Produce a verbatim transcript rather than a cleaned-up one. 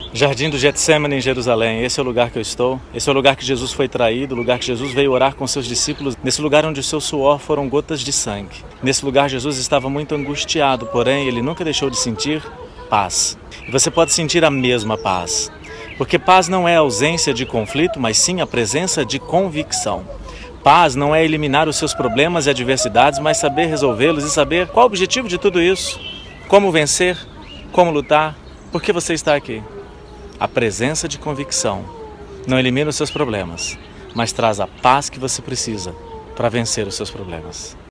Jardim do Getsêmani em Jerusalém, esse é o lugar que eu estou. Esse é o lugar que Jesus foi traído, o lugar que Jesus veio orar com seus discípulos, nesse lugar onde o seu suor foram gotas de sangue. Nesse lugar Jesus estava muito angustiado, porém ele nunca deixou de sentir paz. E você pode sentir a mesma paz, porque paz não é a ausência de conflito, mas sim a presença de convicção. Paz não é eliminar os seus problemas e adversidades, mas saber resolvê-los e saber qual o objetivo de tudo isso, como vencer, como lutar, por que você está aqui. A presença de convicção não elimina os seus problemas, mas traz a paz que você precisa para vencer os seus problemas.